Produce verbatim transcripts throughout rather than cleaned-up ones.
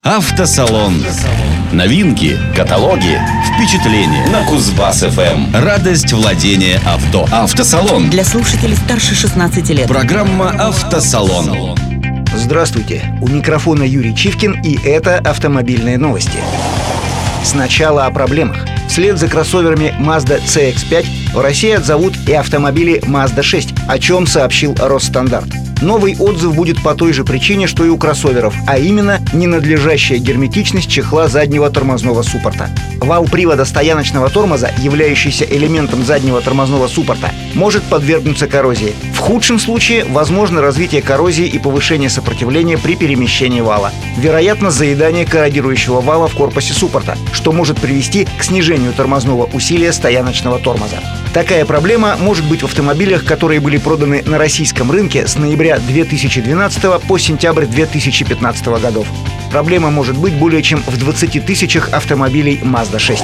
Автосалон. Новинки, каталоги, впечатления на Кузбасс-ФМ. Радость владения авто. Автосалон. Для слушателей старше шестнадцати лет. Программа «Автосалон». Здравствуйте, у микрофона Юрий Чивкин, и это автомобильные новости. Сначала о проблемах. Вслед за кроссоверами Mazda си икс пять в России отзовут и автомобили Mazda шесть, о чем сообщил Росстандарт. Новый отзыв будет по той же причине, что и у кроссоверов, а именно ненадлежащая герметичность чехла заднего тормозного суппорта. Вал привода стояночного тормоза, являющийся элементом заднего тормозного суппорта, может подвергнуться коррозии. В худшем случае возможно развитие коррозии и повышение сопротивления при перемещении вала. Вероятно, заедание корродирующего вала в корпусе суппорта, что может привести к снижению тормозного усилия стояночного тормоза. Такая проблема может быть в автомобилях, которые были проданы на российском рынке с ноября две тысячи двенадцатого по сентябрь две тысячи пятнадцатого годов. Проблема может быть более чем в двадцати тысячах автомобилей Mazda шесть.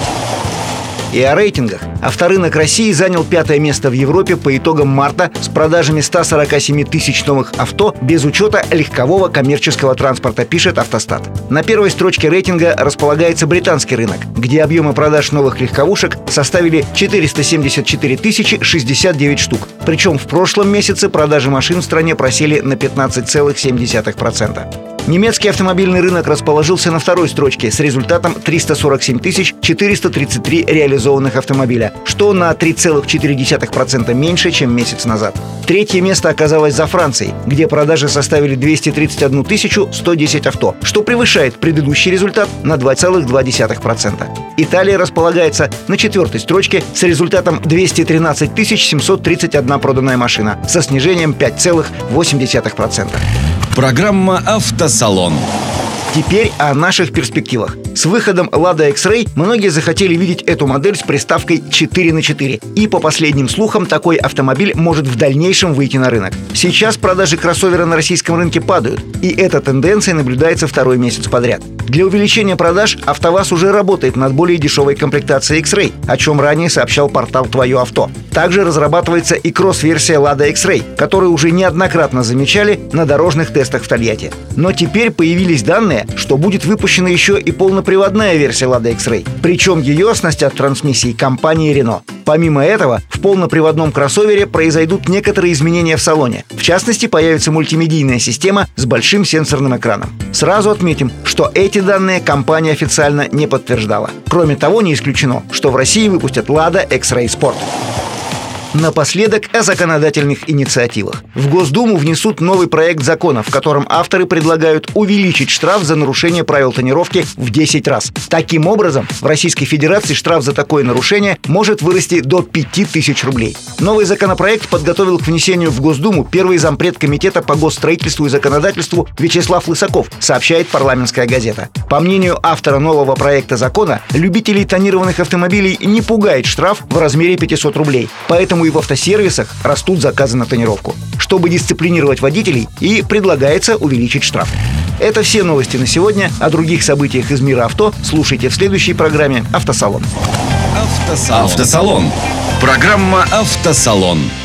И о рейтингах. Авторынок России занял пятое место в Европе по итогам марта с продажами ста сорока семи тысяч новых авто без учета легкового коммерческого транспорта, пишет Автостат. На первой строчке рейтинга располагается британский рынок, где объемы продаж новых легковушек составили четыреста семьдесят четыре тысячи шестьдесят девять штук. Причем в прошлом месяце продажи машин в стране просели на пятнадцать целых семь десятых процента. Немецкий автомобильный рынок расположился на второй строчке с результатом триста сорок семь тысяч четыреста тридцать три реализованных автомобиля, что на три целых четыре десятых процента меньше, чем месяц назад. Третье место оказалось за Францией, где продажи составили двести тридцать одну тысячу сто десять авто, что превышает предыдущий результат на два целых два десятых процента. Италия располагается на четвертой строчке с результатом двести тринадцать тысяч семьсот тридцать одна проданная машина, со снижением пять целых восемь десятых процента. Программа «Автосалон». Теперь о наших перспективах. С выходом Lada X-Ray многие захотели видеть эту модель с приставкой четыре на четыре. И по последним слухам, такой автомобиль может в дальнейшем выйти на рынок. Сейчас продажи кроссовера на российском рынке падают, и эта тенденция наблюдается второй месяц подряд. Для увеличения продаж АвтоВАЗ уже работает над более дешевой комплектацией X-Ray, о чем ранее сообщал портал «Твое авто». Также разрабатывается и кросс-версия Lada X-Ray, которую уже неоднократно замечали на дорожных тестах в Тольятти. Но теперь появились данные, что будет выпущена еще и полноприводная версия Lada X-Ray. Причем ее оснастят трансмиссией компании Renault. Помимо этого, в полноприводном кроссовере произойдут некоторые изменения в салоне. В частности, появится мультимедийная система с большим сенсорным экраном. Сразу отметим, что эти данные компания официально не подтверждала. Кроме того, не исключено, что в России выпустят Lada X-Ray Sport. Напоследок о законодательных инициативах. В Госдуму внесут новый проект закона, в котором авторы предлагают увеличить штраф за нарушение правил тонировки в десять раз. Таким образом, в Российской Федерации штраф за такое нарушение может вырасти до пяти тысяч рублей. Новый законопроект подготовил к внесению в Госдуму первый зампред комитета по госстроительству и законодательству Вячеслав Лысаков, сообщает «Парламентская газета». По мнению автора нового проекта закона, любителей тонированных автомобилей не пугает штраф в размере пятисот рублей. Поэтому и в автосервисах растут заказы на тонировку. Чтобы дисциплинировать водителей, и предлагается увеличить штраф. Это все новости на сегодня. О других событиях из мира авто слушайте в следующей программе «Автосалон». Автосалон. Автосалон. Программа «Автосалон».